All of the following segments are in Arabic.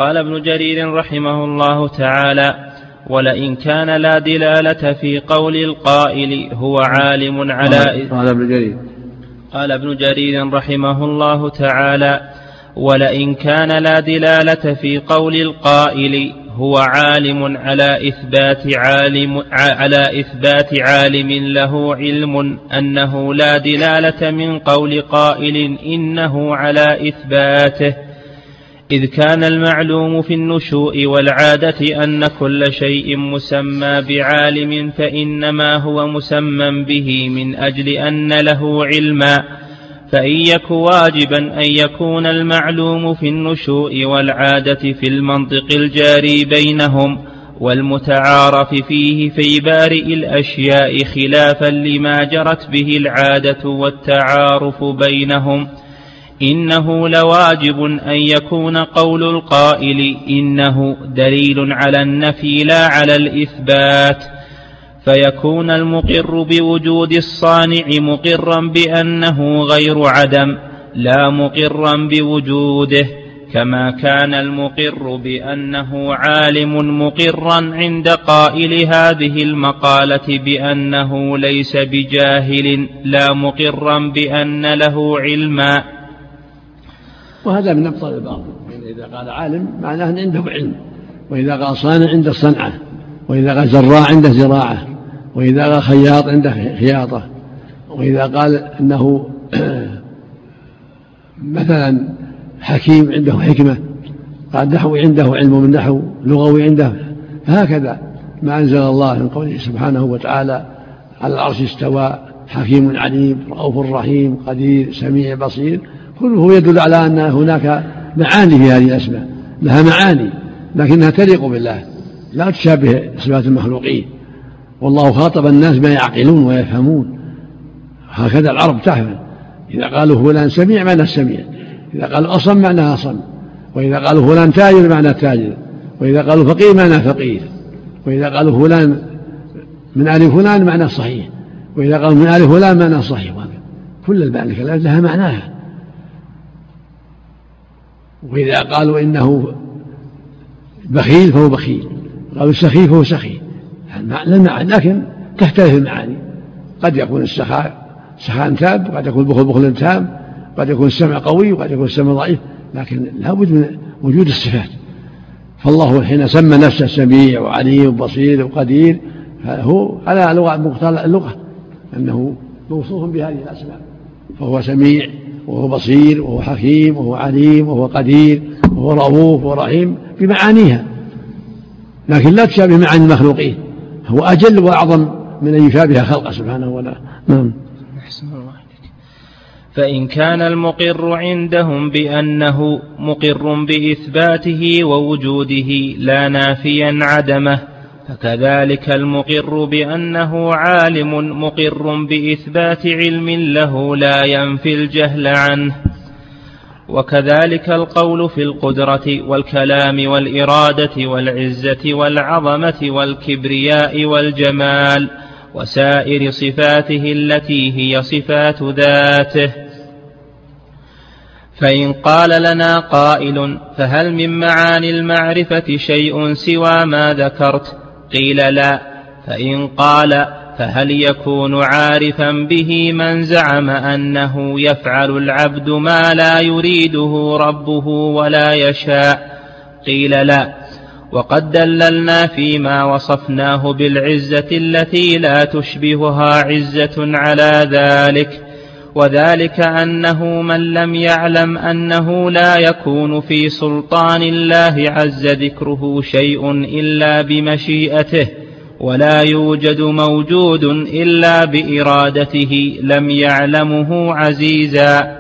قال ابن جرير رحمه الله تعالى: ولئن كان لا دلالة في قول القائل هو عالم على قال ابن جرير رحمه الله تعالى: ولئن كان لا دلالة في قول القائل هو عالم على إثبات عالم له علم أنه لا دلالة من قول قائل إنه على إثباته، إذ كان المعلوم في النشوء والعادة أن كل شيء مسمى بعالم فإنما هو مسمى به من أجل أن له علما، فإن يك واجبا أن يكون المعلوم في النشوء والعادة في المنطق الجاري بينهم والمتعارف فيه في بارئ الأشياء خلافا لما جرت به العادة والتعارف بينهم، إنه لواجب أن يكون قول القائل إنه دليل على النفي لا على الإثبات، فيكون المقر بوجود الصانع مقرا بأنه غير عدم لا مقرا بوجوده، كما كان المقر بأنه عالم مقرا عند قائل هذه المقالة بأنه ليس بجاهل لا مقرا بأن له علما. وهذا من أبطال الباطل، إذا قال عالم معناه أن عنده علم، وإذا قال صانع عنده صنعة، وإذا قال زراع عنده زراعة، وإذا قال خياط عنده خياطة، وإذا قال أنه مثلا حكيم عنده حكمة، قال نحوي عنده علم من نحو، لغوي عنده، هكذا ما أنزل الله من قوله سبحانه وتعالى على العرش استوى حكيم عليم رؤوف رحيم قدير سميع بصير، كله يدل على أن هناك معاني في هذه الأسماء، لها معاني لكنها تليق بالله لا تشابه صفات المخلوقين، والله خاطب الناس ما يعقلون ويفهمون، هكذا العرب تفهم، إذا قالوا فلان سميع معناه سميع، إذا قالوا أصم معناه أصم، وإذا قالوا فلان تاجر معناه تاجر، وإذا قالوا فقير معناه فقير، وإذا قالوا فلان من آل فلان معناه صحيح، وإذا قالوا من آل فلان معناه صحيح، كل المعنى لها معناها. وإذا قالوا إنه بخيل فهو بخيل، قالوا سخي فهو سخي، لكن تختلف المعاني، قد يكون السخاء سخاء تام، قد يكون البخل بخل تام، قد يكون السمع قوي، وقد يكون السمع ضعيف، لكن لا بد من وجود الصفات. فالله حين سمى نفسه سميع وعليم وبصير وقدير هو على مقتضى اللغة أنه موصوف بهذه الأسماء، فهو سميع وهو بصير وهو حكيم وهو عليم وهو قدير وهو رؤوف ورحيم بمعانيها، لكن لا تشابه معاني المخلوقين، هو أجل وأعظم من أن يشابه خلقه سبحانه وتعالى. نعم. فإن كان المقر عندهم بأنه مقر بإثباته ووجوده لا نافيا عدمه، فكذلك المقر بأنه عالم مقر بإثبات علم له لا ينفي الجهل عنه. وكذلك القول في القدرة والكلام والإرادة والعزة والعظمة والكبرياء والجمال وسائر صفاته التي هي صفات ذاته. فإن قال لنا قائل فهل من معاني المعرفة شيء سوى ما ذكرت؟ قيل لا. فإن قال فهل يكون عارفا به من زعم أنه يفعل العبد ما لا يريده ربه ولا يشاء؟ قيل لا. وقد دللنا فيما وصفناه بالعزة التي لا تشبهها عزة على ذلك، وذلك أنه من لم يعلم أنه لا يكون في سلطان الله عز ذكره شيء إلا بمشيئته، ولا يوجد موجود إلا بإرادته لم يعلمه عزيزا.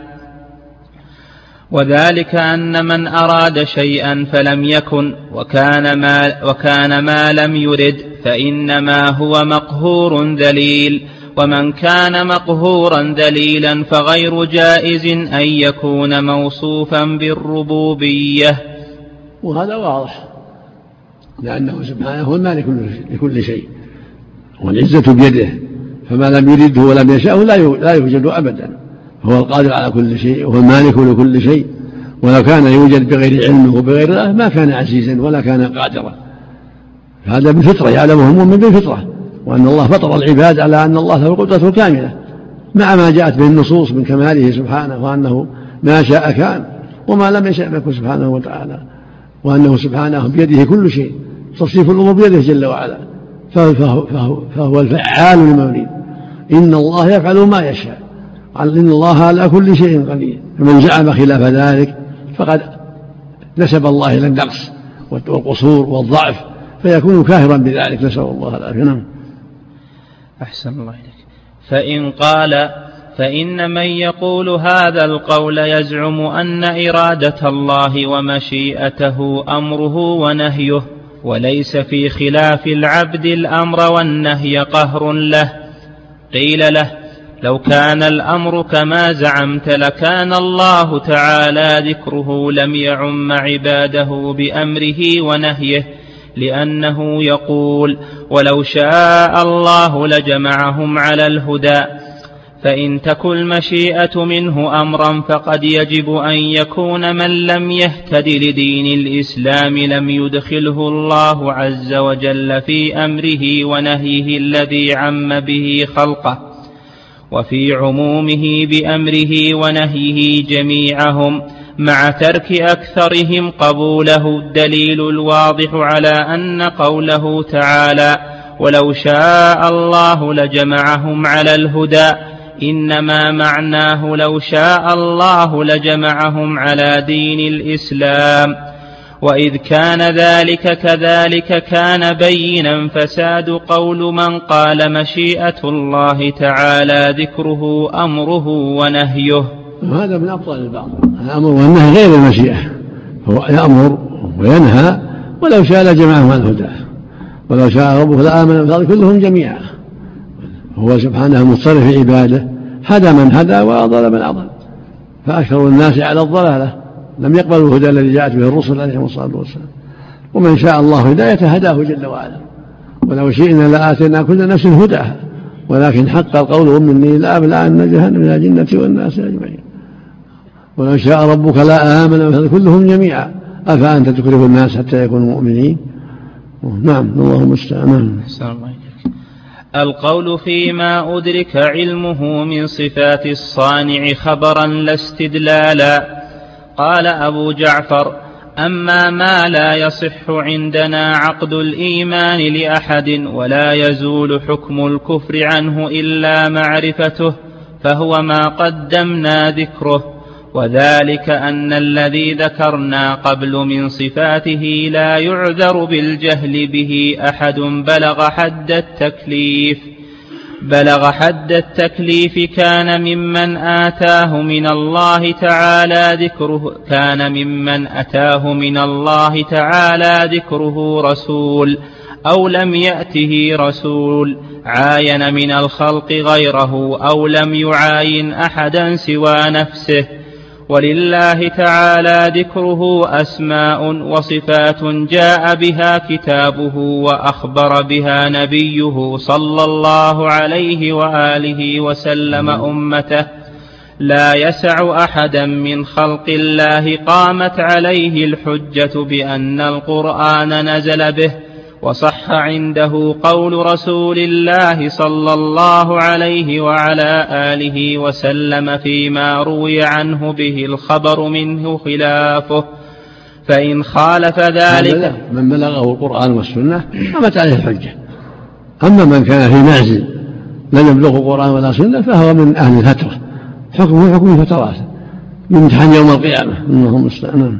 وذلك أن من أراد شيئا فلم يكن وكان ما لم يرد فإنما هو مقهور ذليل، ومن كان مقهورا ذليلا فغير جائز أن يكون موصوفا بالربوبية. وهذا واضح، لأنه سبحانه هو المالك لكل شيء والعزة بيده، فما لم يرده ولم يشاءه لا يوجد أبدا، هو القادر على كل شيء وهو المالك لكل شيء، ولو كان يوجد بغير علمه وبغير الله ما كان عزيزا ولا كان قادرا. هذا بالفطرة، يعلمه المؤمن بالفطرة، وأن الله فطر العباد على أن الله له القدرة الكاملة مع ما جاءت به النصوص من كماله سبحانه، وأنه ما شاء كان وما لم يشأ يكن سبحانه وتعالى، وأنه سبحانه بيده كل شيء، تصريف الأمور بيده جل وعلا، فهو الفعال لما يريد. إن الله يفعل ما يشاء، إن الله على كل شيء قدير. فمن زعم خلاف ذلك فقد نسب الله إلى النقص والقصور والضعف، فيكون كافرا بذلك، نسأل الله العافية. أحسن الله إليك. فإن قال فإن من يقول هذا القول يزعم أن إرادة الله ومشيئته أمره ونهيه، وليس في خلاف العبد الأمر والنهي قهر له. قيل له: لو كان الأمر كما زعمت لكان الله تعالى ذكره لم يعم عباده بأمره ونهيه، لأنه يقول: ولو شاء الله لجمعهم على الهدى. فإن تكن المشيئة منه أمرا فقد يجب أن يكون من لم يهتد لدين الإسلام لم يدخله الله عز وجل في أمره ونهيه الذي عم به خلقه، وفي عمومه بأمره ونهيه جميعهم مع ترك أكثرهم قبوله. الدليل الواضح على أن قوله تعالى: ولو شاء الله لجمعهم على الهدى، إنما معناه لو شاء الله لجمعهم على دين الإسلام. وإذ كان ذلك كذلك كان بينا فساد قول من قال مشيئة الله تعالى ذكره أمره ونهيه. وهذا من أبطال البعض، الأمر والنهي غير المشيئة، هو يأمر وينهى. ولو شاء لجمعهم على الهدى، ولو شاء ربك لآمن بالأرض كلهم جميعا. هو سبحانه متصرف في عباده، هدى من هدى وأضل من أضل، فأكثر الناس على الضلالة لم يقبلوا الهدى الذي جاءت به الرسل عليهم الصلاة والسلام. ومن شاء الله هدايته هداه جل وعلا، ولو شئنا لآتينا كل نفس هداها، ولكن حق القول مني لأملأن جهنم من الجنة والناس أجمعين. ولو شاء ربك لا آمن كلهم جميعا، أفأنت تكره الناس حتى يكونوا مؤمنين؟ نعم، اللهم استعان. القول فيما أدرك علمه من صفات الصانع خبرا لا استدلالا. قال أبو جعفر: أما ما لا يصح عندنا عقد الإيمان لأحد ولا يزول حكم الكفر عنه إلا معرفته فهو ما قدمنا ذكره، وذلك أن الذي ذكرنا قبل من صفاته لا يعذر بالجهل به أحد بلغ حد التكليف كان ممن أتاه من الله تعالى ذكره رسول، أو لم يأته رسول، عاين من الخلق غيره أو لم يعاين أحدا سوى نفسه. ولله تعالى ذكره أسماء وصفات جاء بها كتابه وأخبر بها نبيه صلى الله عليه وآله وسلم أمته، لا يسع أحدا من خلق الله قامت عليه الحجة بأن القرآن نزل به، وصح عنده قول رسول الله صلى الله عليه وعلى آله وسلم فيما روي عنه به الخبر منه خلافه. فإن خالف ذلك من بلغه القرآن والسنة قامت عليه الحجة. أما من كان في معزل لم يبلغه القرآن ولا سنة فهو من أهل الفترة، حكمه حكم فترات يمتحن يوم القيامة. اللهم استعان.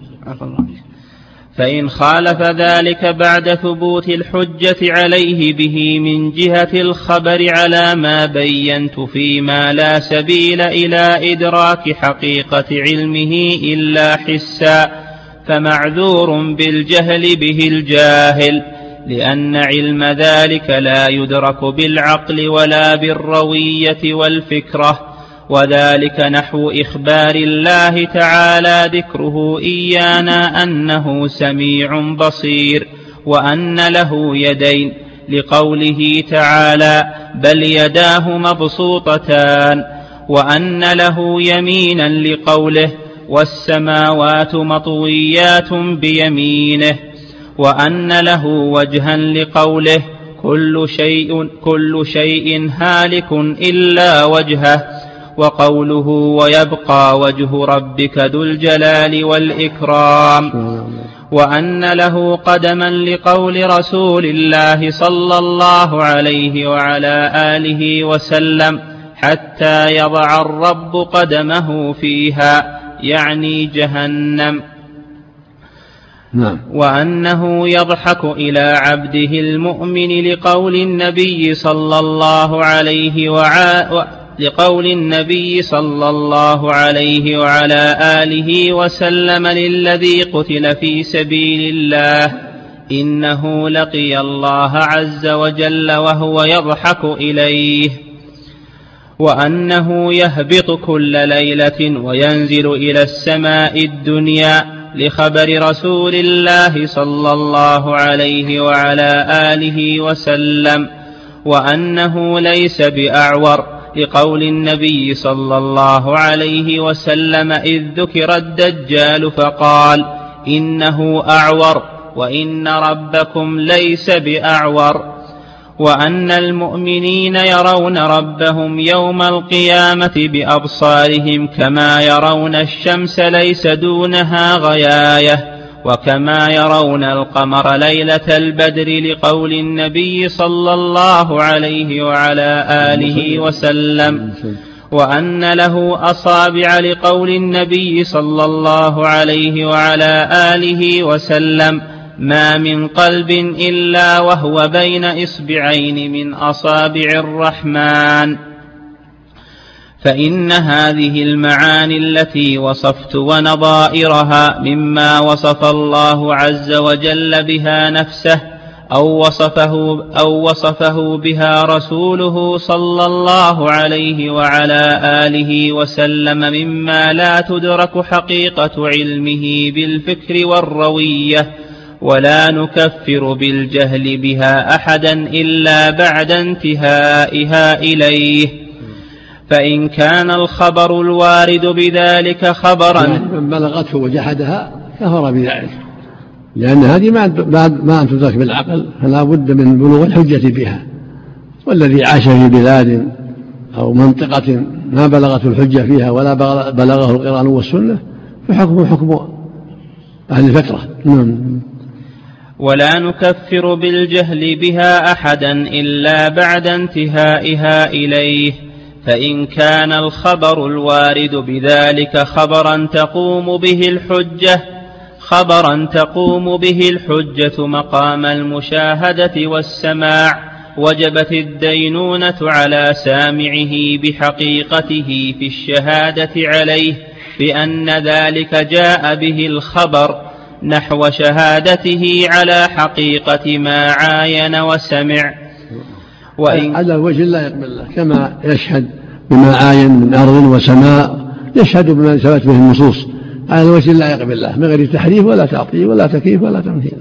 فإن خالف ذلك بعد ثبوت الحجة عليه به من جهة الخبر على ما بينت فيما لا سبيل إلى إدراك حقيقة علمه إلا حسا، فمعذور بالجهل به الجاهل، لأن علم ذلك لا يدرك بالعقل ولا بالروية والفكرة. وذلك نحو إخبار الله تعالى ذكره إيانا أنه سميع بصير وأن له يدين، لقوله تعالى: بل يداه مبسوطتان، وأن له يمينا، لقوله: والسماوات مطويات بيمينه، وأن له وجها لقوله كل شيء هالك إلا وجهه، وقوله ويبقى وجه ربك ذو الجلال والإكرام، وأن له قدما لقول رسول الله صلى الله عليه وعلى آله وسلم حتى يضع الرب قدمه فيها، يعني جهنم. وأنه يضحك إلى عبده المؤمن لقول النبي صلى الله عليه وعلى آله وسلم للذي قتل في سبيل الله إنه لقي الله عز وجل وهو يضحك إليه. وأنه يهبط كل ليلة وينزل إلى السماء الدنيا لخبر رسول الله صلى الله عليه وعلى آله وسلم. وأنه ليس بأعور لقول النبي صلى الله عليه وسلم إذ ذكر الدجال فقال إنه أعور وإن ربكم ليس بأعور. وأن المؤمنين يرون ربهم يوم القيامة بأبصارهم كما يرون الشمس ليس دونها غياية، وكما يرون القمر ليلة البدر لقول النبي صلى الله عليه وعلى آله وسلم. وأن له أصابع لقول النبي صلى الله عليه وعلى آله وسلم ما من قلب إلا وهو بين إصبعين من أصابع الرحمن. فإن هذه المعاني التي وصفت ونظائرها مما وصف الله عز وجل بها نفسه أو وصفه بها رسوله صلى الله عليه وعلى آله وسلم مما لا تدرك حقيقة علمه بالفكر والروية، ولا نكفر بالجهل بها أحدا إلا بعد انتهائها إليه. فإن كان الخبر الوارد بذلك خبرا من بلغته وجحدها كفر بذلك، لأن هذه ما تدرك بالعقل، فلا بد من بلوغ الحجة بها. والذي عاش في بلاد أو منطقة ما بلغته الحجة فيها ولا بلغه القرآن والسنة فحكمه حكم أهل الفترة. ولا نكفر بالجهل بها أحدا إلا بعد انتهائها إليه. فإن كان الخبر الوارد بذلك خبرا تقوم به الحجة مقام المشاهدة والسماع، وجبت الدينونة على سامعه بحقيقته في الشهادة عليه بأن ذلك جاء به الخبر نحو شهادته على حقيقة ما عاين وسمع. على الوجه لا يقبل الله، كما يشهد بما عاين من أرض وسماء يشهد بما ثبت به النصوص، على الوجه لا يقبل الله من غير تحريف ولا تعطيل ولا تكييف ولا تمثيل.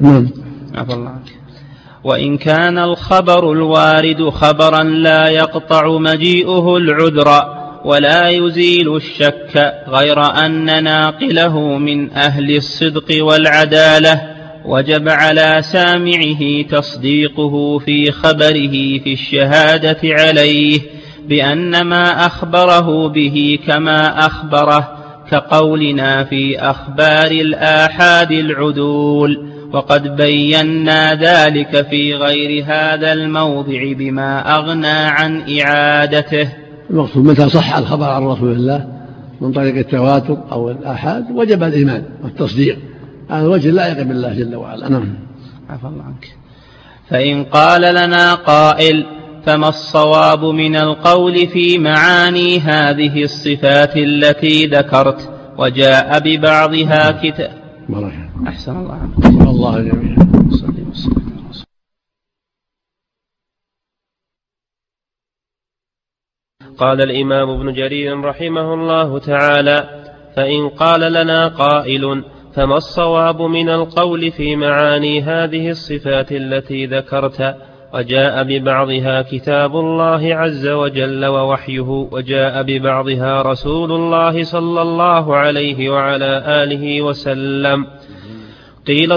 وإن كان الخبر الوارد خبرا لا يقطع مجيئه العذر ولا يزيل الشك، غير أن ناقله من أهل الصدق والعدالة، وجب على سامعه تصديقه في خبره في الشهادة عليه بأن ما أخبره به كما أخبره، كقولنا في أخبار الآحاد العدول، وقد بينا ذلك في غير هذا الموضع بما أغنى عن إعادته. المقصود متى صح الخبر عن رسول الله من طريق التواتر أو الآحاد وجب الإيمان والتصديق، على الوجه لا يقبل الله جل وعلا. عفى الله عنك. فإن قال لنا قائل فما الصواب من القول في معاني هذه الصفات التي ذكرت وجاء ببعضها كتاب؟ أحسن الله عنك. الله جميعا. قال الإمام ابن جرير رحمه الله تعالى: فإن قال لنا قائل فما الصواب من القول في معاني هذه الصفات التي ذكرت وجاء ببعضها كتاب الله عز وجل ووحيه، وجاء ببعضها رسول الله صلى الله عليه وعلى آله وسلم. قيل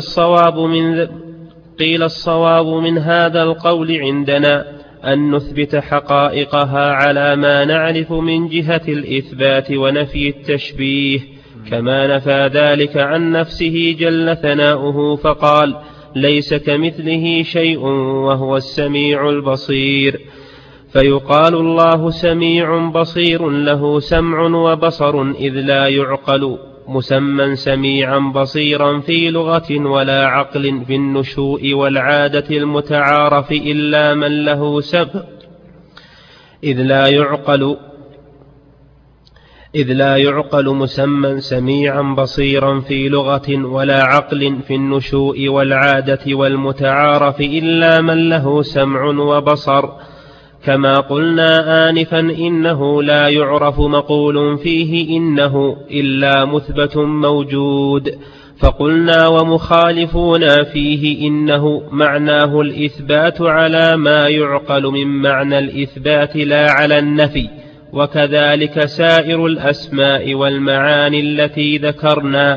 الصواب من هذا القول عندنا أن نثبت حقائقها على ما نعرف من جهة الإثبات ونفي التشبيه، كما نفى ذلك عن نفسه جل ثناؤه فقال: ليس كمثله شيء وهو السميع البصير. فيقال الله سميع بصير له سمع وبصر إذ لا يعقل مسمى سميعا بصيرا في لغة ولا عقل في النشوء والعادة المتعارف إلا من له سمع، إذ لا يعقل مسمى سميعا بصيرا في لغة ولا عقل في النشوء والعادة والمتعارف إلا من له سمع وبصر. كما قلنا آنفا إنه لا يعرف مقول فيه إنه إلا مثبت موجود، فقلنا ومخالفون فيه إنه معناه الإثبات على ما يعقل من معنى الإثبات لا على النفي، وكذلك سائر الأسماء والمعاني التي ذكرنا.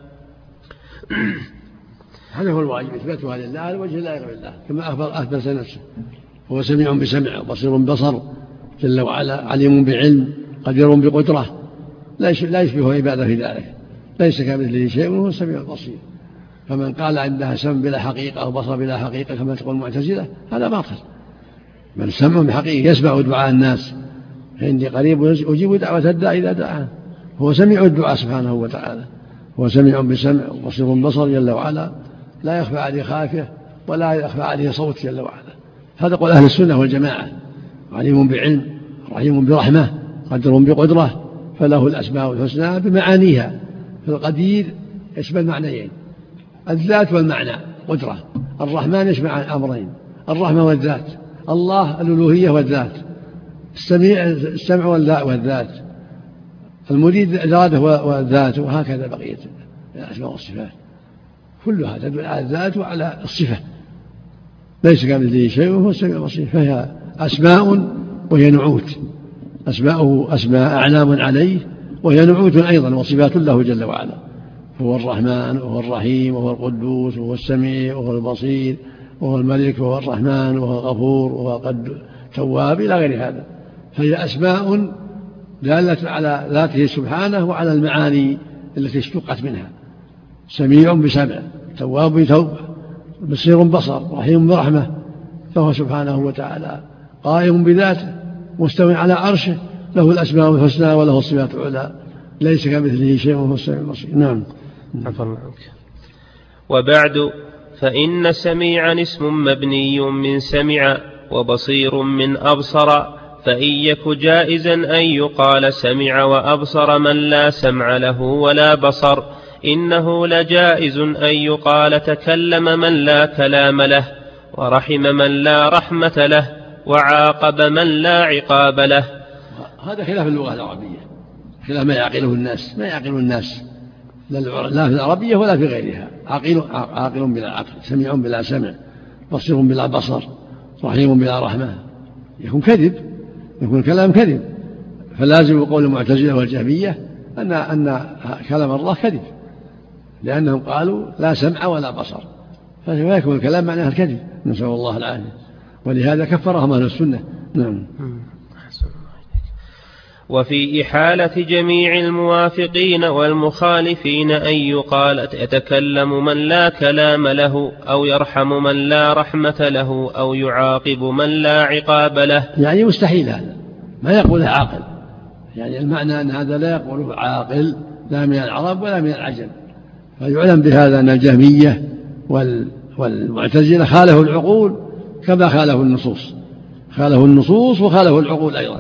هذا هو الواجب، إثباتها لله على وجه لا غير الله، كما أثبت نفسه. هو سميع بسمع، بصير بصر جل وعلا، عليم بعلم، قدير بقدرة، لا يشبه عباده في ذلك. ليس كمثله شيء وهو السميع البصير. فمن قال عندها سمع بلا حقيقة أو بصر بلا حقيقة كما تقول المعتزلة هذا باطل. من سمع بحقيقة يسمع دعاء الناس، فإني قريب أجيب دعوة الداعي إذا دعاه. هو سميع الدعاء سبحانه وتعالى، هو سميع بسمع وبصير بصر جل وعلا، لا يخفى عليه خافية ولا يخفى عليه صوت جل وعلا. هذا قول أهل السنة والجماعة. عليم بعلم، رحيم برحمة، قدر بقدرة، فله الأسماء الحسنى بمعانيها. فالقدير يشمل معنيين: الذات والمعنى، قدرة. الرحمن يشمل أمرين: الرحمة والذات. الله الألوهية والذات، السمع والذات، المريد الإرادة والذات، وهكذا بقية الأسماء والصفات كلها تدل على الذات وعلى الصفة. ليس كمثله شيء وهو السميع البصير. فهي أسماء وهي نعوت، أسماءه أسماء أعلام عليه وهي نعوت أيضا وصفات له جل وعلا. هو الرحمن وهو الرحيم وهو القدوس وهو السميع وهو البصير وهو الملك وهو الرحمن وهو الغفور وهو التواب إلى غير هذا. فهي أسماء دالة على ذاته سبحانه وعلى المعاني التي اشتقت منها: سميع بسمع، تواب بتوبة، بصير بصر، رحيم برحمة. فهو سبحانه وتعالى قائم بذاته مستوى على عرشه، له الأسماء الحسنى وله الصفات العلى، ليس كمثله شيء وهو السميع البصير. نعم. وبعد، فإن سميعا اسم مبني من سمع، وبصير من أبصر، فإن يك جائزا أن يقال سمع وأبصر من لا سمع له ولا بصر، إنه لجائز أن يقال تكلم من لا كلام له، ورحم من لا رحمة له، وعاقب من لا عقاب له. هذا خلاف اللغة العربية، خلاف ما يعقله الناس. ما يعقل الناس لا في العربية ولا في غيرها. عاقل بلا عقل، سميع بلا سمع، بصير بلا بصر، رحيم بلا رحمة، يكون كذب، يكون الكلام كذب. فلازم قول المعتزلة والجهمية أن كلام الله كذب، لأنهم قالوا لا سمع ولا بصر، فلا يكون الكلام معناه الكذب، نسأل الله العافية. ولهذا كفرهم أهل السنة. نعم. وفي إحالة جميع الموافقين والمخالفين أن يقال يتكلم من لا كلام له، أو يرحم من لا رحمة له، أو يعاقب من لا عقاب له. يعني مستحيل هذا، ما يقوله عاقل. يعني المعنى أن هذا لا يقوله عاقل، لا من العرب ولا من العجم. فيعلم بهذا أن الجهمية والمعتزلة خالفوا العقول كما خالفوا النصوص، خالفوا النصوص وخالفوا العقول أيضا.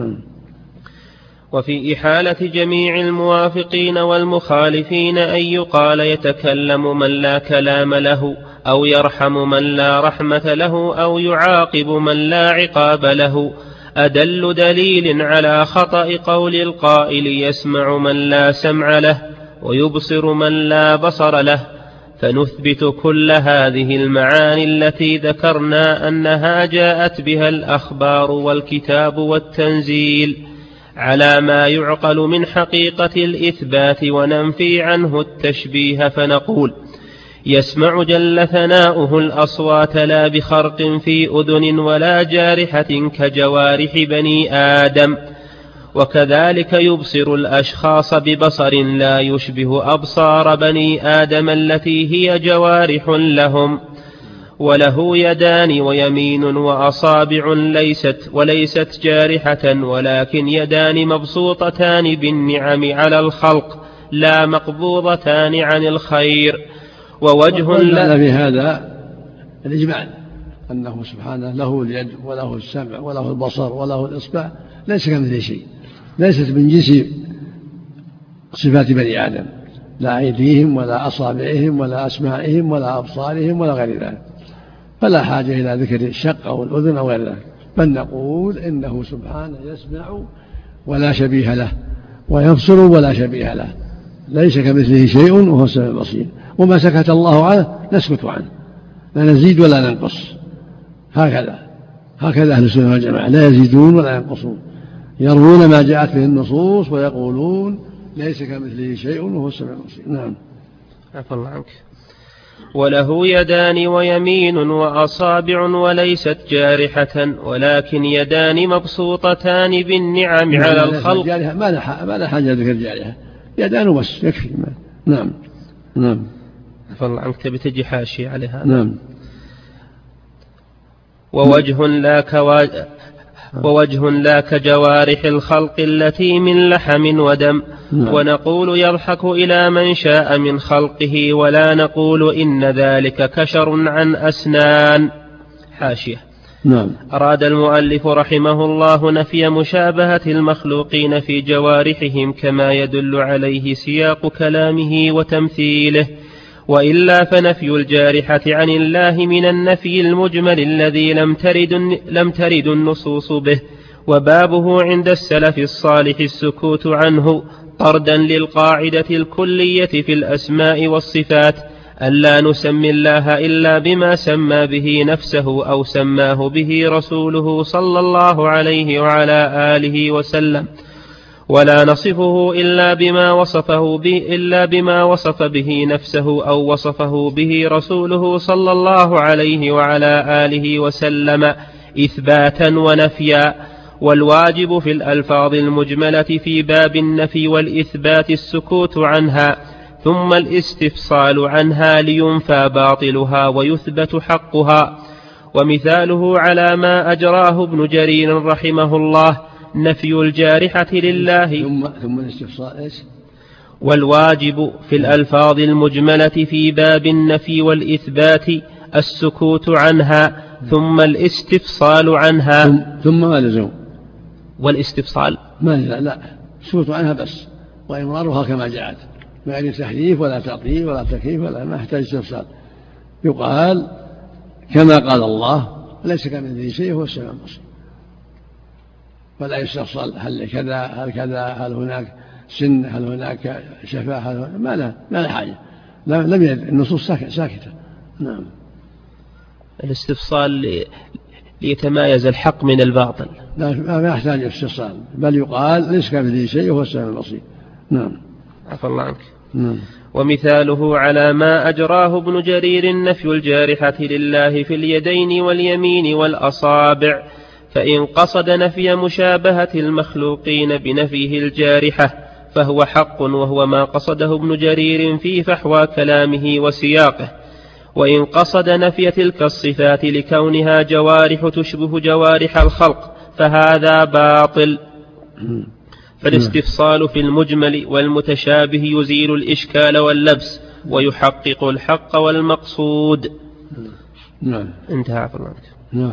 وفي إحالة جميع الموافقين والمخالفين أن يقال يتكلم من لا كلام له، أو يرحم من لا رحمة له، أو يعاقب من لا عقاب له، أدل دليل على خطأ قول القائل يسمع من لا سمع له، ويبصر من لا بصر له. فنثبت كل هذه المعاني التي ذكرنا أنها جاءت بها الأخبار والكتاب والتنزيل على ما يعقل من حقيقة الإثبات، وننفي عنه التشبيه فنقول: يسمع جل ثناؤه الأصوات لا بخرق في أذن ولا جارحة كجوارح بني آدم، وكذلك يبصر الأشخاص ببصر لا يشبه أبصار بني آدم التي هي جوارح لهم. وله يدان ويمين وأصابع وليست جارحة، ولكن يدان مبسوطتان بالنعم على الخلق لا مقبوضتان عن الخير. ووجه لا في هذا الإجمال أنه سبحانه له اليد وله السمع وله البصر وله الإصبع، ليس كمثله شيء، ليست من جنس صفات بني آدم، لا أيديهم ولا أصابعهم ولا أسماعهم ولا أبصارهم ولا غير ذلك، فلا حاجة إلى ذكر الشق أو الأذن أو غير ذلك، بل نقول إنه سبحانه يسمع ولا شبيه له، ويبصر ولا شبيه له، ليس كمثله شيء وهو السميع البصير. وما سكت الله عنه نسكت عنه، لا نزيد ولا ننقص. هكذا أهل السنة والجماعة، لا يزيدون ولا ينقصون، يروون ما جاءت به النصوص ويقولون ليس كمثله شيء وهو السميع البصير. نعم. عفى الله عنك. وله يدان ويمين وأصابع وليست جارحة، ولكن يدان مبسوطتان بالنعم على الخلق. ما لا حاجة ذكر جارحة، يدان بس يكفي. نعم. عفى الله عنك، تبي تجي حاشية على هذا. نعم. ووجه لا كجوارح الخلق التي من لحم ودم. نعم. ونقول يضحك إلى من شاء من خلقه، ولا نقول إن ذلك كشر عن أسنان. حاشية. نعم. أراد المؤلف رحمه الله نفي مشابهة المخلوقين في جوارحهم كما يدل عليه سياق كلامه وتمثيله، وإلا فنفي الجارحة عن الله من النفي المجمل الذي لم ترد النصوص به، وبابه عند السلف الصالح السكوت عنه طردا للقاعدة الكلية في الأسماء والصفات، ألا نسمي الله إلا بما سمى به نفسه أو سماه به رسوله صلى الله عليه وعلى آله وسلم، ولا نصفه إلا بما وصف به نفسه أو وصفه به رسوله صلى الله عليه وعلى آله وسلم إثباتا ونفيا. والواجب في الألفاظ المجملة في باب النفي والإثبات السكوت عنها، ثم الاستفصال عنها لينفى باطلها ويثبت حقها. ومثاله على ما أجراه ابن جرير رحمه الله نفي الجارحة لله. ثم الاستفصال إيش؟ والواجب في الألفاظ المجملة في باب النفي والإثبات السكوت عنها، ثم الاستفصال عنها. ثم ما لزم؟ والاستفصال لا السكوت عنها بس، وإمرارها كما جاءت، ما يعني تحريف ولا تعطيل ولا تكييف ولا، ما يحتاج استفصال. يقال كما قال الله ليس كمثله شيء هو السميع البصير، فلا يستفصل هل كذا هل كذا، هل هناك سن، هل هناك شفاء، هل ما لا حاجة، لم يرد النصوص ساكتة. نعم. الاستفصال ليتمايز الحق من الباطل. لا ما يحتاج استفصال، بل يقال ليس كمثله شيء وهو السميع البصير. نعم. عفى الله عنك. نعم. ومثاله على ما أجراه ابن جرير نفي الجارحة لله في اليدين واليمين والأصابع، فإن قصد نفي مشابهة المخلوقين بنفيه الجارحة فهو حق، وهو ما قصده ابن جرير في فحوى كلامه وسياقه. وإن قصد نفي تلك الصفات لكونها جوارح تشبه جوارح الخلق فهذا باطل. فالاستفصال في المجمل والمتشابه يزيل الإشكال واللبس ويحقق الحق والمقصود. نعم. انتهى. عفوا الله. نعم.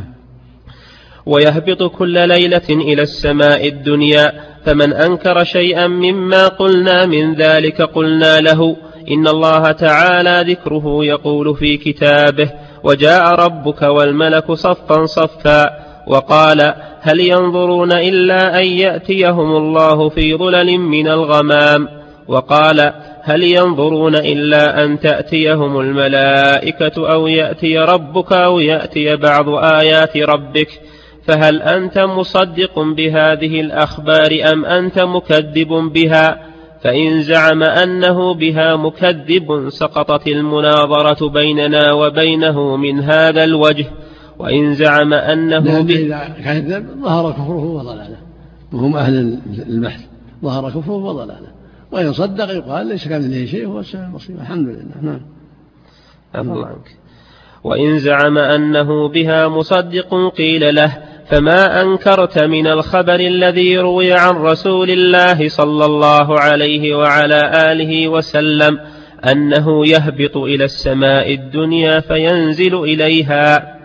ويهبط كل ليلة إلى السماء الدنيا، فمن أنكر شيئا مما قلنا من ذلك قلنا له إن الله تعالى ذكره يقول في كتابه: وجاء ربك والملك صفا صفا، وقال: هل ينظرون إلا أن يأتيهم الله في ظلل من الغمام، وقال: هل ينظرون إلا أن تأتيهم الملائكة أو يأتي ربك أو يأتي بعض آيات ربك؟ فهل أنت مصدق بهذه الأخبار أم أنت مكذب بها؟ فإن زعم أنه بها مكذب سقطت المناظرة بيننا وبينه من هذا الوجه، وإن زعم أنه إذا كذب ظهر كفره وضلاله، وهم أهل البحث، ظهر كفره وضلاله، وإن صدق يقال ليس كمثله شيء هو السميع البصير. الحمد لله. نعم. وإن زعم أنه بها مصدق قيل له: فما أنكرت من الخبر الذي روي عن رسول الله صلى الله عليه وعلى آله وسلم أنه يهبط إلى السماء الدنيا فينزل إليها؟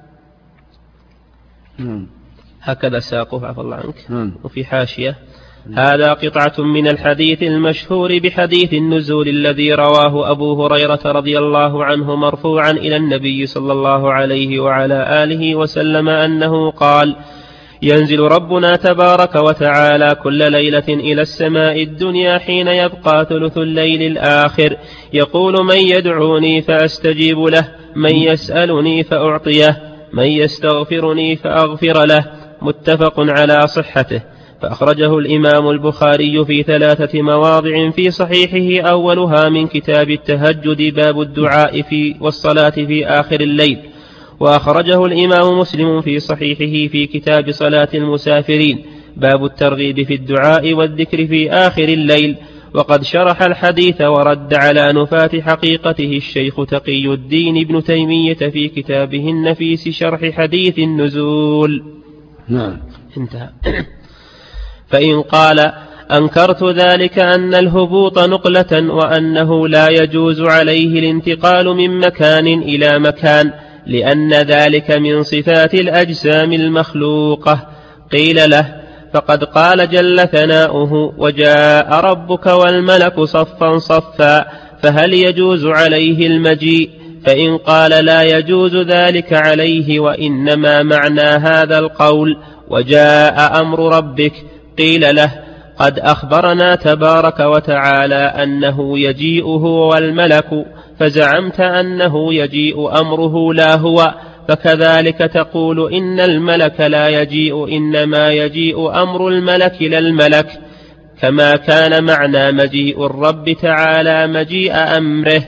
هكذا ساقه عفى الله عنك. وفي حاشية: هذا قطعة من الحديث المشهور بحديث النزول الذي رواه أبو هريرة رضي الله عنه مرفوعا إلى النبي صلى الله عليه وعلى آله وسلم أنه قال: ينزل ربنا تبارك وتعالى كل ليلة إلى السماء الدنيا حين يبقى ثلث الليل الآخر، يقول: من يدعوني فأستجيب له، من يسألني فأعطيه، من يستغفرني فأغفر له. متفق على صحته. فأخرجه الإمام البخاري في 3 مواضع في صحيحه، أولها من كتاب التهجد باب الدعاء والصلاة في آخر الليل، وأخرجه الإمام مسلم في صحيحه في كتاب صلاة المسافرين باب الترغيب في الدعاء والذكر في آخر الليل. وقد شرح الحديث ورد على نفاة حقيقته الشيخ تقي الدين ابن تيمية في كتابه النفيس شرح حديث النزول. نعم. انتهى. فإن قال: أنكرت ذلك أن الهبوط نقلة وأنه لا يجوز عليه الانتقال من مكان إلى مكان لأن ذلك من صفات الأجسام المخلوقة، قيل له: فقد قال جل ثناؤه: وجاء ربك والملك صفا صفا، فهل يجوز عليه المجيء؟ فإن قال: لا يجوز ذلك عليه وإنما معنى هذا القول وجاء أمر ربك، قيل له: قد أخبرنا تبارك وتعالى أنه يجيء هو والملك، فزعمت أنه يجيء أمره لا هو، فكذلك تقول إن الملك لا يجيء إنما يجيء أمر الملك لا الملك، كما كان معنى مجيء الرب تعالى مجيء أمره.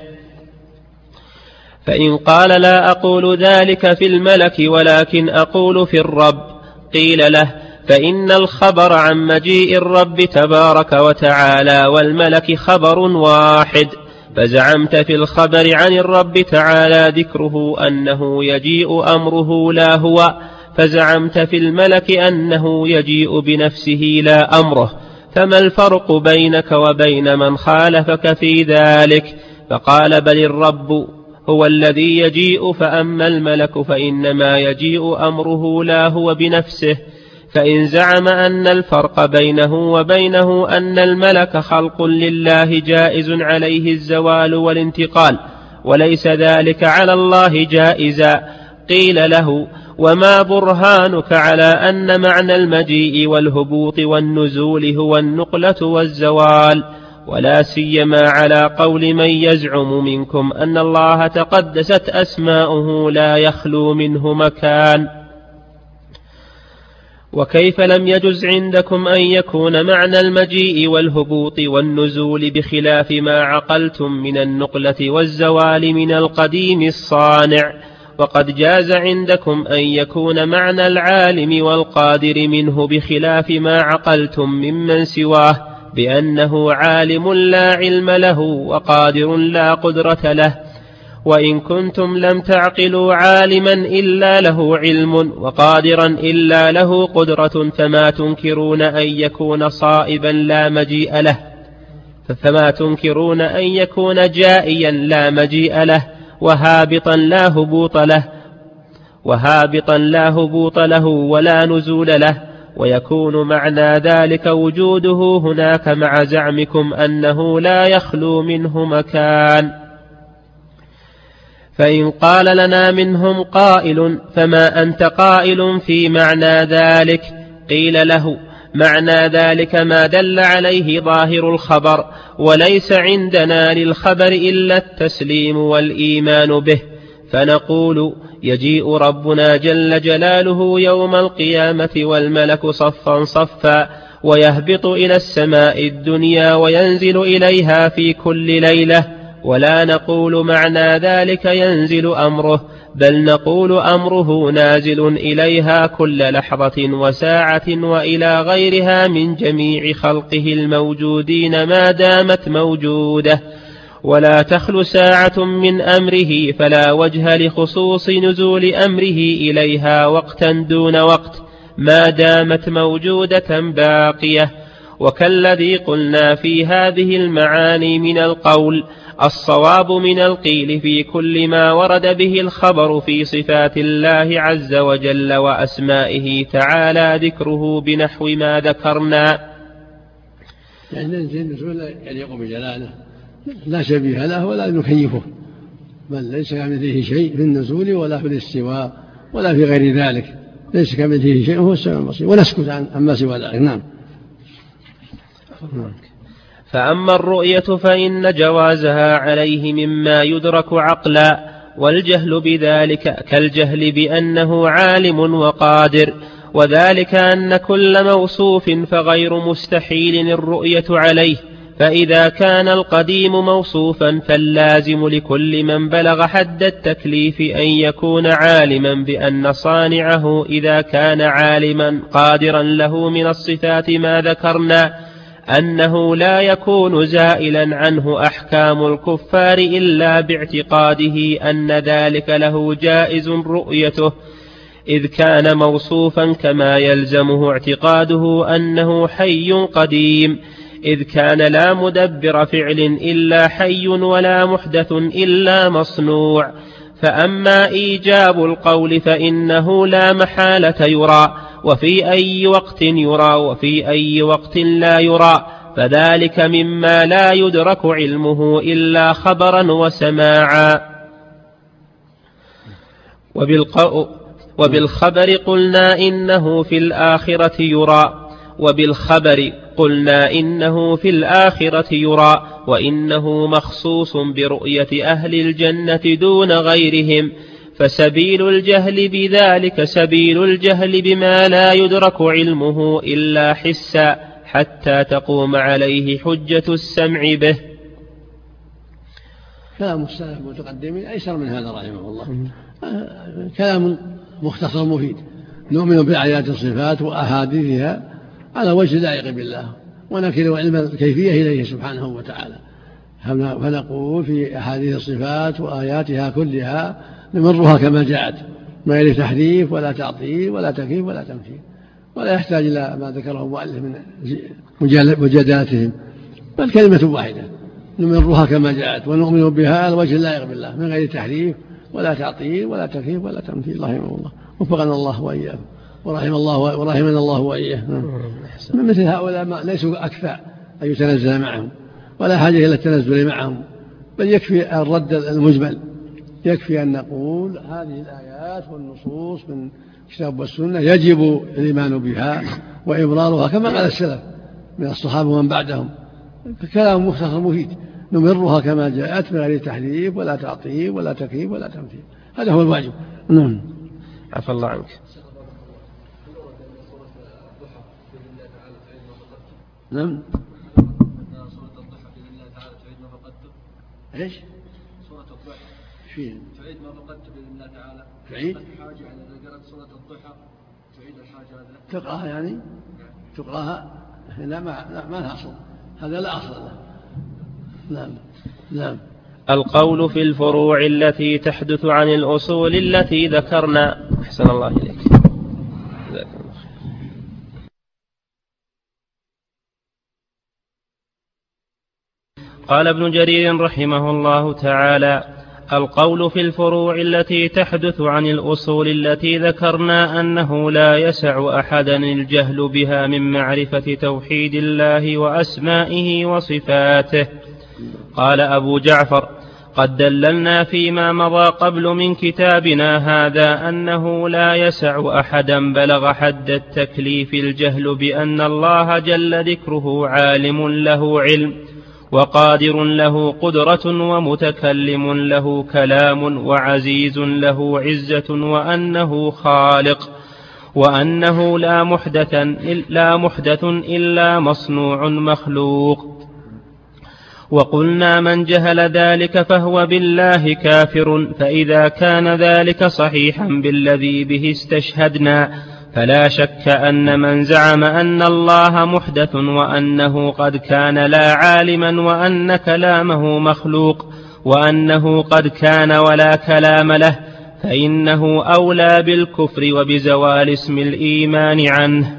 فإن قال: لا أقول ذلك في الملك ولكن أقول في الرب، قيل له: فإن الخبر عن مجيء الرب تبارك وتعالى والملك خبر واحد، فزعمت في الخبر عن الرب تعالى ذكره أنه يجيء أمره لا هو، فزعمت في الملك أنه يجيء بنفسه لا أمره، فما الفرق بينك وبين من خالفك في ذلك؟ فقال: بل الرب هو الذي يجيء، فأما الملك فإنما يجيء أمره لا هو بنفسه. فإن زعم أن الفرق بينه وبينه أن الملك خلق لله جائز عليه الزوال والانتقال وليس ذلك على الله جائزا، قيل له: وما برهانك على أن معنى المجيء والهبوط والنزول هو النقلة والزوال؟ ولا سيما على قول من يزعم منكم أن الله تقدست أسماؤه لا يخلو منه مكان. وكيف لم يجز عندكم أن يكون معنى المجيء والهبوط والنزول بخلاف ما عقلتم من النقلة والزوال من القديم الصانع؟ وقد جاز عندكم أن يكون معنى العالم والقادر منه بخلاف ما عقلتم ممن سواه، بأنه عالم لا علم له وقادر لا قدرة له. وإن كنتم لم تعقلوا عالما إلا له علم وقادرا إلا له قدرة، فما تنكرون أن يكون صائبا لا مجيء له، فما تنكرون أن يكون جائيا لا مجيء له، وهابطا لا هبوط له ولا نزول له، ويكون معنى ذلك وجوده هناك مع زعمكم أنه لا يخلو منه مكان. فإن قال لنا منهم قائل: فما أنت قائل في معنى ذلك؟ قيل له: معنى ذلك ما دل عليه ظاهر الخبر، وليس عندنا للخبر إلا التسليم والإيمان به. فنقول يجيء ربنا جل جلاله يوم القيامة والملك صفا صفا، ويهبط إلى السماء الدنيا وينزل إليها في كل ليلة، ولا نقول معنى ذلك ينزل أمره، بل نقول أمره نازل إليها كل لحظة وساعة وإلى غيرها من جميع خلقه الموجودين ما دامت موجودة، ولا تخلو ساعة من أمره، فلا وجه لخصوص نزول أمره إليها وقتا دون وقت ما دامت موجودة باقية. وكالذي قلنا في هذه المعاني من القول، الصواب من القيل في كل ما ورد به الخبر في صفات الله عز وجل وأسمائه تعالى ذكره بنحو ما ذكرنا. يعني نزول يليق بجلاله لا شبيه له ولا نكيفه، بل ليس كمثله شيء في النزول ولا في الاستواء ولا في غير ذلك، ليس كمثله شيء، هو السميع البصير، ونسكت عما سوى ذلك. نعم. فأما الرؤية فإن جوازها عليه مما يدرك عقلا، والجهل بذلك كالجهل بأنه عالم وقادر، وذلك أن كل موصوف فغير مستحيل الرؤية عليه. فإذا كان القديم موصوفا فاللازم لكل من بلغ حد التكليف أن يكون عالما بأن صانعه إذا كان عالما قادرا له من الصفات ما ذكرنا، أنه لا يكون زائلا عنه أحكام الكفار إلا باعتقاده أن ذلك له جائز رؤيته، إذ كان موصوفا كما يلزمه اعتقاده أنه حي قديم، إذ كان لا مدبر فعل إلا حي ولا محدث إلا مصنوع. فأما إيجاب القول فإنه لا محالة يرى، وفي أي وقت يرى وفي أي وقت لا يرى، فذلك مما لا يدرك علمه إلا خبرا وسماعا. وبالخبر قلنا إنه في الآخرة يرى، وبالخبر قلنا إنه في الآخرة يرى، وإنه مخصوص برؤية أهل الجنة دون غيرهم، فسبيل الجهل بذلك سبيل الجهل بما لا يدرك علمه إلا حسا حتى تقوم عليه حجة السمع به. كلام السلف المتقدمين أيسر من هذا رحمه الله، كلام مختصر مفيد، نؤمن بآيات الصفات وأحاديثها على وجه لائق بالله، ونكل علم الكيفية إليه سبحانه وتعالى، فنقول في أحاديث الصفات وآياتها كلها نمرها كما جاءت، ما غير تحريف ولا تعطيل ولا تكييف ولا تمثيل، ولا يحتاج إلى ما ذكره المؤلف من مجادلتهم، بل كلمة واحدة نمرها كما جاءت ونؤمن بها على وجه اللائق بالله من غير تحريف ولا تعطيل ولا تكييف ولا تمثيل. رحمه الله، وفقنا الله وإياه ورحمنا الله وإياه. مثل هؤلاء ليسوا أكفاء أن يتنزل معهم، ولا حاجة إلى التنزل معهم، بل يكفي الرد المجمل، يكفي أن نقول هذه الآيات والنصوص من الكتاب والسنة يجب الإيمان بها وإبرارها كما قال السلف من الصحابة ومن بعدهم، فكلام مختصر مفيد نمرها كما جاءت من غير تحريف ولا تعطيل ولا تكييف ولا تمثيل، هذا هو الواجب. نعم. عفى الله عنك. نعم. ايش؟ سورة الضحى. فين؟ تعيد ما فقدت بإذن الله تعالى. تعيد؟ حاجة إذا قرأت سورة الضحى تعيد الحاجة هذا. تقرأها يعني؟ تقرأها؟ لا ما لها أصل، هذا لا أصل له. نعم. نعم. القول في الفروع التي تحدث عن الأصول التي ذكرنا. أحسن الله إليك. قال ابن جرير رحمه الله تعالى: القول في الفروع التي تحدث عن الأصول التي ذكرنا أنه لا يسع أحدا الجهل بها من معرفة توحيد الله وأسمائه وصفاته. قال أبو جعفر: قد دللنا فيما مضى قبل من كتابنا هذا أنه لا يسع أحدا بلغ حد التكليف الجهل بأن الله جل ذكره عالم له علم وقادر له قدرة ومتكلم له كلام وعزيز له عزة وأنه خالق وأنه لا محدث إلا مصنوع مخلوق. وقلنا من جهل ذلك فهو بالله كافر، فإذا كان ذلك صحيحا بالذي به استشهدنا فلا شك أن من زعم أن الله محدث وأنه قد كان لا عالما وأن كلامه مخلوق وأنه قد كان ولا كلام له فإنه أولى بالكفر وبزوال اسم الإيمان عنه.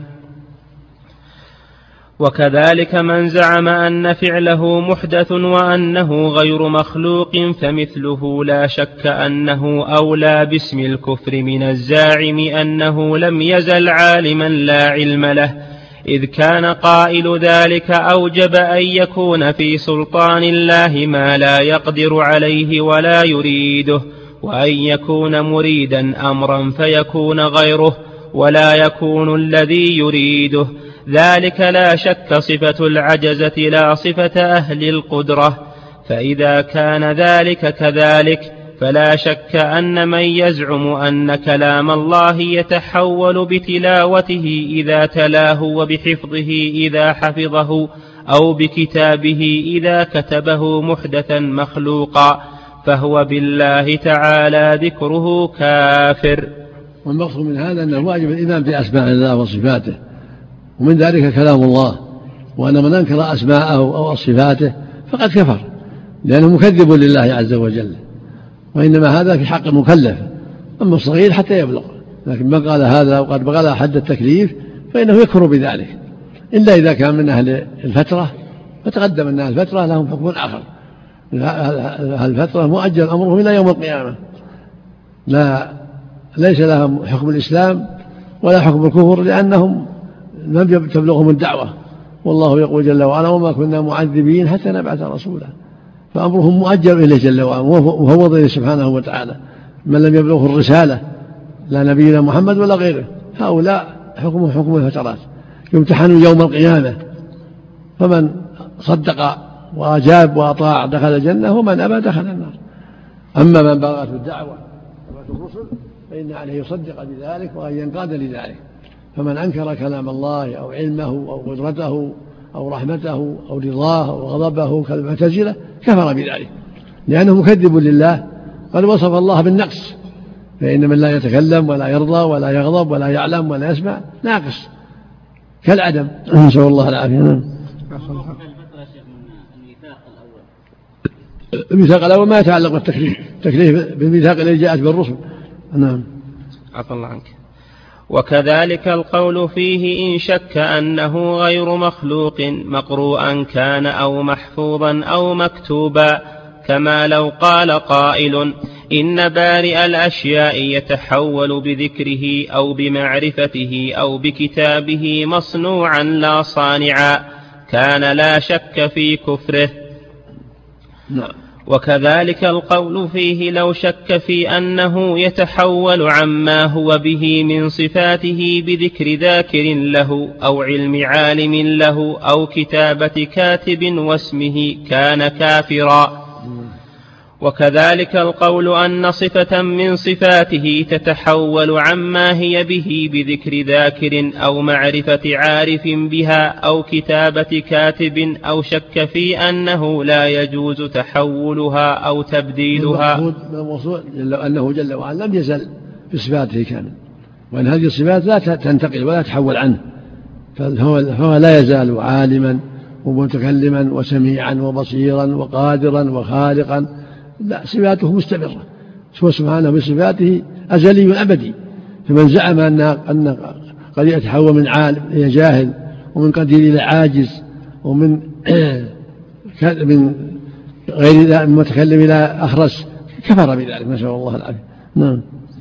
وكذلك من زعم أن فعله محدث وأنه غير مخلوق فمثله لا شك أنه أولى باسم الكفر من الزاعم أنه لم يزل عالما لا علم له، إذ كان قائل ذلك أوجب أن يكون في سلطان الله ما لا يقدر عليه ولا يريده، وأن يكون مريدا أمرا فيكون غيره ولا يكون الذي يريده. ذلك لا شك صفة العجزة لا صفة أهل القدرة. فإذا كان ذلك كذلك فلا شك أن من يزعم أن كلام الله يتحول بتلاوته إذا تلاه وبحفظه إذا حفظه أو بكتابه إذا كتبه محدثا مخلوقا فهو بالله تعالى ذكره كافر. والمقصود من هذا أنه واجب الإيمان بأسماء الله وصفاته، ومن ذلك كلام الله، وأن من أنكر أسماءه أو صفاته فقد كفر لأنه مكذب لله عز وجل، وإنما هذا في حق المكلف، أما الصغير حتى يبلغ، لكن من قال هذا وقد بلغ حد التكليف فإنه يكفر بذلك، إلا إذا كان من أهل الفترة، فتقدم أن أهل الفترة لهم حكم آخر. أهل الفترة مؤجل أمرهم إلى يوم القيامة، ليس لهم حكم الإسلام ولا حكم الكفر، لأنهم لم تبلغهم الدعوة، والله يقول جل وعلا وما كنا معذبين حتى نبعث رسولا، فأمرهم مؤجل إليه جل وعلا وهو إليه سبحانه وتعالى. من لم يبلغه الرسالة لا نبينا محمد ولا غيره، هؤلاء حكمهم حكم الفترات، يمتحنون يوم القيامة، فمن صدق وأجاب وأطاع دخل الجنة ومن أبى دخل النار. أما من بلغته الدعوة الرسل فإن عليه يصدق بذلك وأن ينقاد لذلك. فمن أنكر كلام الله أو علمه أو قدرته أو رحمته أو رضاه أو غضبه كالمعتزلة كفر بذلك، لأنه مكذب لله، قد وصف الله بالنقص، فإن من لا يتكلم ولا يرضى ولا يغضب ولا يعلم ولا يسمع ناقص كالعدم، نسأل الله العافية. الميثاق الأول ما يتعلق بالتكليف، التكليف بالميثاق الذي جاءت بالرسل. نعم. عفى الله عنك. وكذلك القول فيه إن شك أنه غير مخلوق مقروءا كان أو محفوظا أو مكتوبا، كما لو قال قائل إن بارئ الأشياء يتحول بذكره أو بمعرفته أو بكتابه مصنوعا لا صانعا، كان لا شك في كفره. نعم. وكذلك القول فيه لو شك في أنه يتحول عما هو به من صفاته بذكر ذاكر له أو علم عالم له أو كتابة كاتب واسمه كان كافرا. وكذلك القول أن صفة من صفاته تتحول عما هي به بذكر ذاكر أو معرفة عارف بها أو كتابة كاتب أو شك في أنه لا يجوز تحولها أو تبديلها. أنه جل وعلا لم يزل بصفاته كامل، وأن هذه الصفات لا تنتقل ولا تحول عنه، فهو لا يزال عالما ومتكلما وسميعا وبصيرا وقادرا وخالقا، لا، صفاته مستمرة، هو سبحانه بصفاته أزلي أبدي. فمن زعم أن قد يتحول من عالم إلى جاهل ومن قدير إلى عاجز ومن غير متكلم إلى أخرس كفر بذلك، نسأل الله العافية. نعم.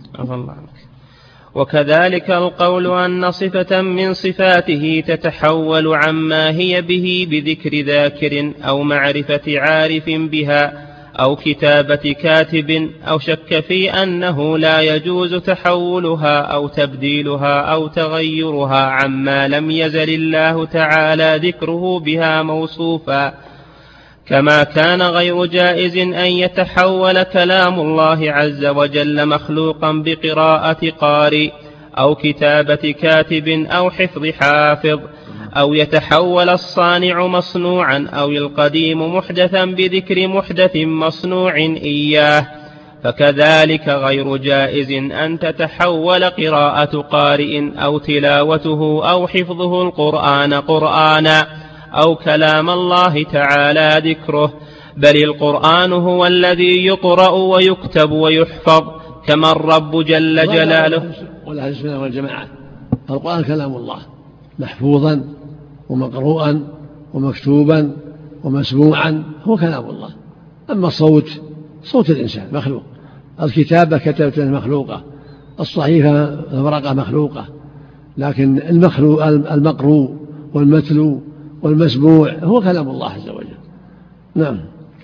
وكذلك القول أن صفة من صفاته تتحول عما هي به بذكر ذاكر أو معرفة عارف بها أو كتابة كاتب، أو شك في أنه لا يجوز تحولها أو تبديلها أو تغيرها عما لم يزل الله تعالى ذكره بها موصوفا، كما كان غير جائز أن يتحول كلام الله عز وجل مخلوقا بقراءة قارئ أو كتابة كاتب أو حفظ حافظ، أو يتحول الصانع مصنوعا أو القديم محدثا بذكر محدث مصنوع إياه، فكذلك غير جائز أن تتحول قراءة قارئ أو تلاوته أو حفظه القرآن قرآنا أو كلام الله تعالى ذكره، بل القرآن هو الذي يقرأ ويكتب ويحفظ، كما الرب جل جلاله. والأهل السنة والجماعة القرآن كلام الله محفوظا ومقروءا ومكتوبا ومسموعا، هو كلام الله. أما الصوت صوت الإنسان مخلوق، الكتابة كتابة مخلوقة، الصحيفة الورقة مخلوقة، لكن المقروء والمتلو والمسموع هو كلام الله عز وجل. نعم.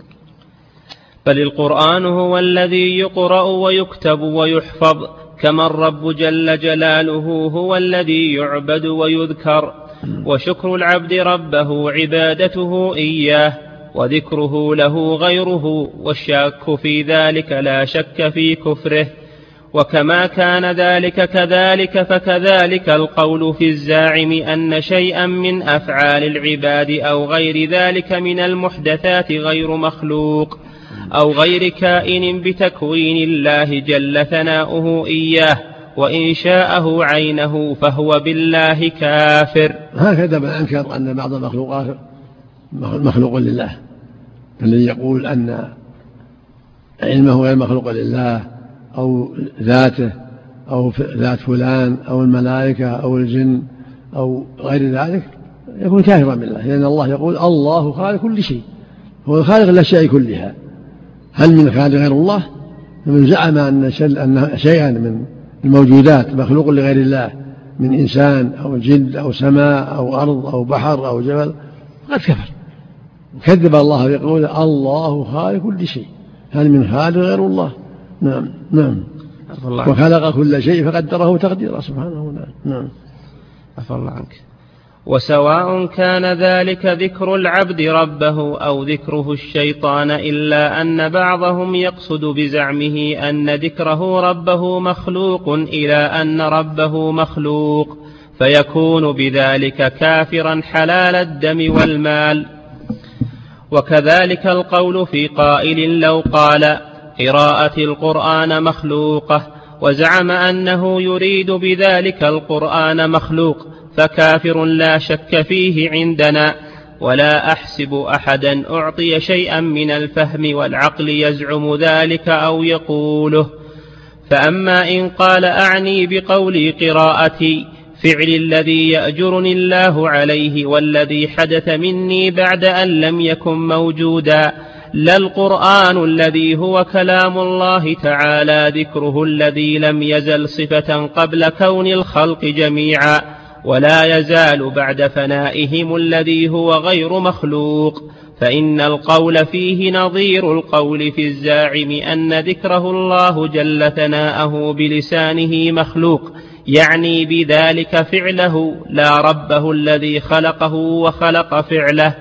بل القرآن هو الذي يقرأ ويكتب ويحفظ، كما الرب جل جلاله هو الذي يعبد ويذكر، وشكر العبد ربه عبادته إياه، وذكره له غيره، والشك في ذلك لا شك في كفره. وكما كان ذلك كذلك، فكذلك القول في الزاعم أن شيئا من أفعال العباد أو غير ذلك من المحدثات غير مخلوق أو غير كائن بتكوين الله جل ثناؤه إياه وإنشاءه عينه، فهو بالله كافر. هكذا من أنكر أن بعض المخلوقات مخلوق لله، الذي يقول أن علمه غير مخلوق لله أو ذاته أو ذات فلان أو الملائكة أو الجن أو غير ذلك، يكون كافرا بالله، لأن الله يقول الله خالق كل شيء، هو الخالق الأشياء كلها. هل من خالق غير الله؟ فمن زعم أن شيئا من الموجودات مخلوق لغير الله من إنسان أو جن أو سماء أو أرض أو بحر أو جبل قد كفر، كذب الله يقول الله خالق كل شيء، هل من خالق غير الله؟ نعم نعم. وخلق كل شيء فقدره تقديرا سبحانه وتعالى. نعم. عفى الله عنك. وسواء كان ذلك ذكر العبد ربه أو ذكره الشيطان، إلا أن بعضهم يقصد بزعمه أن ذكره ربه مخلوق إلى أن ربه مخلوق، فيكون بذلك كافرا حلال الدم والمال. وكذلك القول في قائل لو قال قراءة القرآن مخلوقة وزعم أنه يريد بذلك القرآن مخلوق، فكافر لا شك فيه عندنا، ولا أحسب أحدا أعطي شيئا من الفهم والعقل يزعم ذلك أو يقوله. فأما إن قال أعني بقولي قراءتي فعل الذي يأجرني الله عليه والذي حدث مني بعد أن لم يكن موجودا، لا القرآن الذي هو كلام الله تعالى ذكره الذي لم يزل صفة قبل كون الخلق جميعا ولا يزال بعد فنائهم الذي هو غير مخلوق، فإن القول فيه نظير القول في الزاعم أن ذكره الله جل ثناءه بلسانه مخلوق، يعني بذلك فعله لا ربه الذي خلقه وخلق فعله.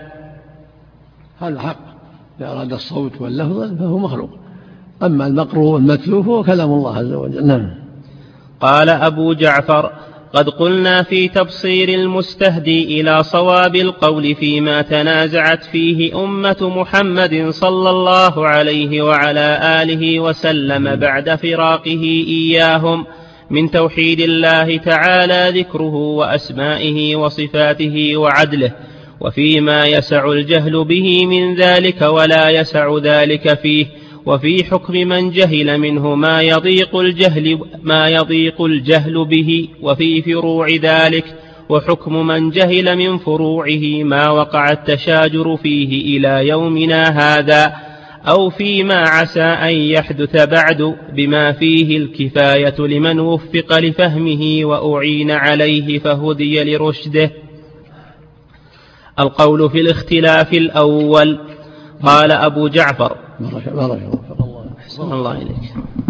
هذا حق، إذا أراد الصوت واللفظ فهو مخلوق، أما المقروء والمتلو فهو كلام الله عز وجل. نعم. قال أبو جعفر: قد قلنا في تبصير المستهدي إلى صواب القول فيما تنازعت فيه أمة محمد صلى الله عليه وعلى آله وسلم بعد فراقه إياهم من توحيد الله تعالى ذكره وأسمائه وصفاته وعدله، وفيما يسع الجهل به من ذلك ولا يسع ذلك فيه، وفي حكم من جهل منه ما يضيق الجهل به، وفي فروع ذلك، وحكم من جهل من فروعه ما وقع التشاجر فيه إلى يومنا هذا، أو فيما عسى أن يحدث بعد، بما فيه الكفاية لمن وفق لفهمه وأعين عليه فهدي لرشده. القول في الاختلاف الأول: قال أبو جعفر بارك الله. أحسن الله إليك.